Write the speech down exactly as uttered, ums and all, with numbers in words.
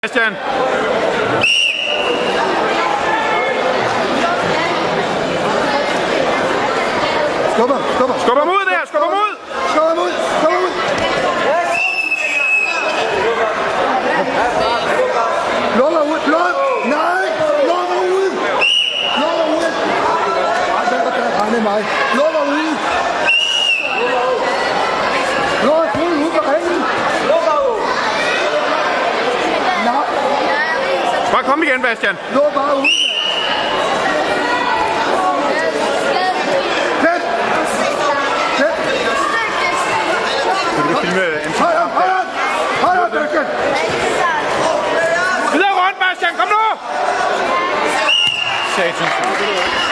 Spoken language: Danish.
Christian. Skubber, skubber. Skubber mod der, skubber mod. Skubber mod, skubber mod. Lukker ud, luk. Nej, lukker ud. Lukker ud. Ej, der er der rende mig. Lukker ud. Lukker ud, ud på ringen. Lukker ud. Nej. Bare kom igen, Bastian. Luk bare ud. Tæt. Tæt. Kan du filme en Højre, højre. Højre, Bastian. videre rundt, Bastian, kom nu! Satans.